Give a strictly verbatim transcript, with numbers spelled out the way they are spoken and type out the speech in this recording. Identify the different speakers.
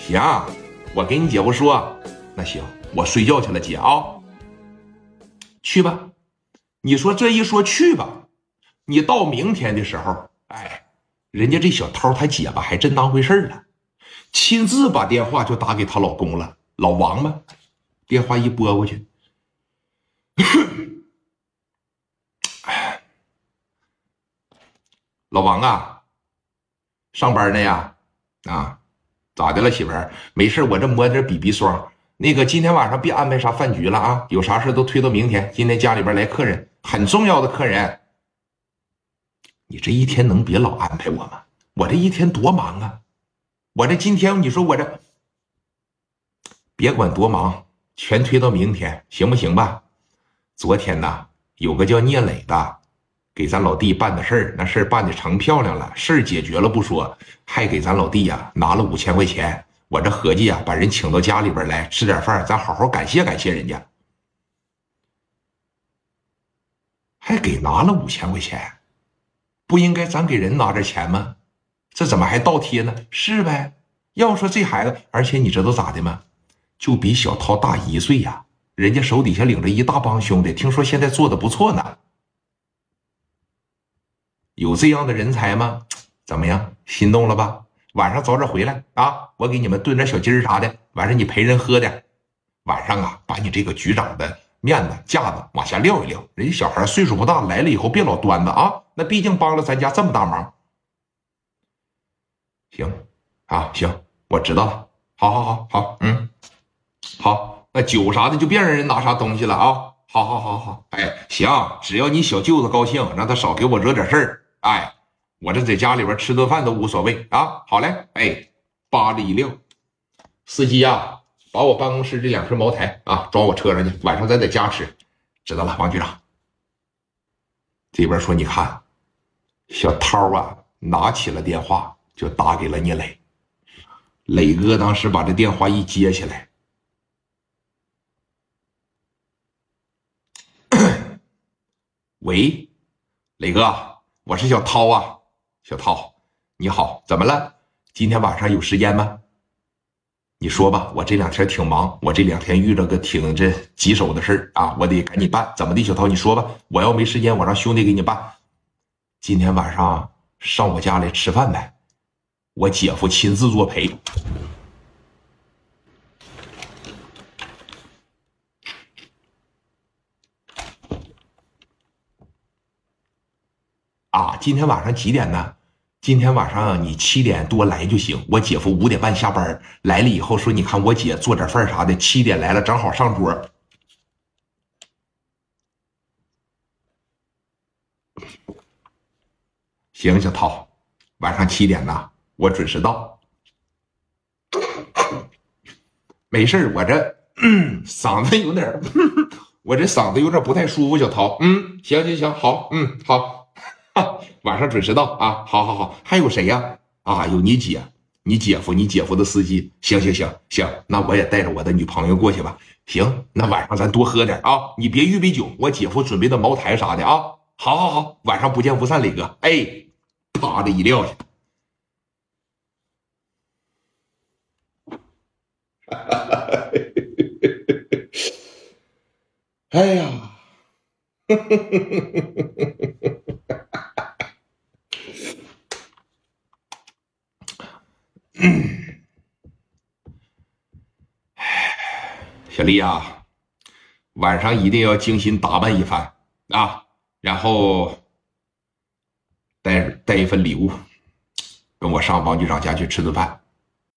Speaker 1: 行，我给你姐夫说，那行，我睡觉去了，姐啊，去吧。你说这一说去吧，你到明天的时候，哎，人家这小涛他姐吧还真当回事了，亲自把电话就打给她老公了，老王嘛。电话一拨过去，老王啊，上班呢呀？啊，咋的了，媳妇儿？没事，我这摸着 B B 霜。那个今天晚上别安排啥饭局了啊，有啥事都推到明天。今天家里边来客人，很重要的客人。你这一天能别老安排我吗？我这一天多忙啊！我这今天你说我这，别管多忙，全推到明天，行不行吧？昨天呢，有个叫聂磊的，给咱老弟办的事儿，那事儿办的成漂亮了，事儿解决了不说，还给咱老弟呀、啊、拿了五千块钱。我这合计啊，把人请到家里边来吃点饭，咱好好感谢感谢人家。还给拿了五千块钱，不应该咱给人拿点钱吗？这怎么还倒贴呢？是呗。要说这孩子，而且你知道咋的吗？就比小涛大一岁呀、啊，人家手底下领着一大帮兄弟，听说现在做的不错呢。有这样的人才吗？怎么样，心动了吧？晚上早点回来啊，我给你们炖点小鸡儿啥的，晚上你陪人喝点。晚上啊，把你这个局长的面子架子往下撂一撂，人家小孩岁数不大，来了以后别老端着啊，那毕竟帮了咱家这么大忙。行啊，行，我知道了。好好好好，嗯，好，那酒啥的就别让人拿啥东西了啊。好好好好，哎，行，只要你小舅子高兴，让他少给我惹点事儿，哎，我这在家里边吃顿饭都无所谓啊。好嘞，哎，扒着一撂，司机啊，把我办公室这两瓶茅台啊装我车上去，晚上咱在家吃。知道了，王局长。这边说，你看，小涛啊，拿起了电话就打给了聂磊。磊哥当时把这电话一接起来，喂，磊哥，我是小涛啊。小涛，你好，怎么了？今天晚上有时间吗？你说吧，我这两天挺忙，我这两天遇到个挺这棘手的事儿啊，我得赶紧办。怎么的，小涛，你说吧，我要没时间，我让兄弟给你办。今天晚上上我家来吃饭呗，我姐夫亲自作陪。啊，今天晚上几点呢？今天晚上你七点多来就行，我姐夫五点半下班，来了以后说，你看我姐做点饭啥的，七点来了正好上桌。行，小涛，晚上七点呢，我准时到。没事，我这、嗯、嗓子有点，我这嗓子有点不太舒服，小涛。嗯，行行行，好，嗯，好。晚上准时到啊！好好好，还有谁呀？啊，有你姐、你姐夫、你姐夫的司机。行行行行，那我也带着我的女朋友过去吧。行，那晚上咱多喝点啊！你别预备酒，我姐夫准备的茅台啥的啊。好好好，晚上不见不散，磊哥。哎，啪的一撂下。哎呀！嗯，小丽啊，晚上一定要精心打扮一番啊，然后带带一份礼物，跟我上王局长家去吃顿饭。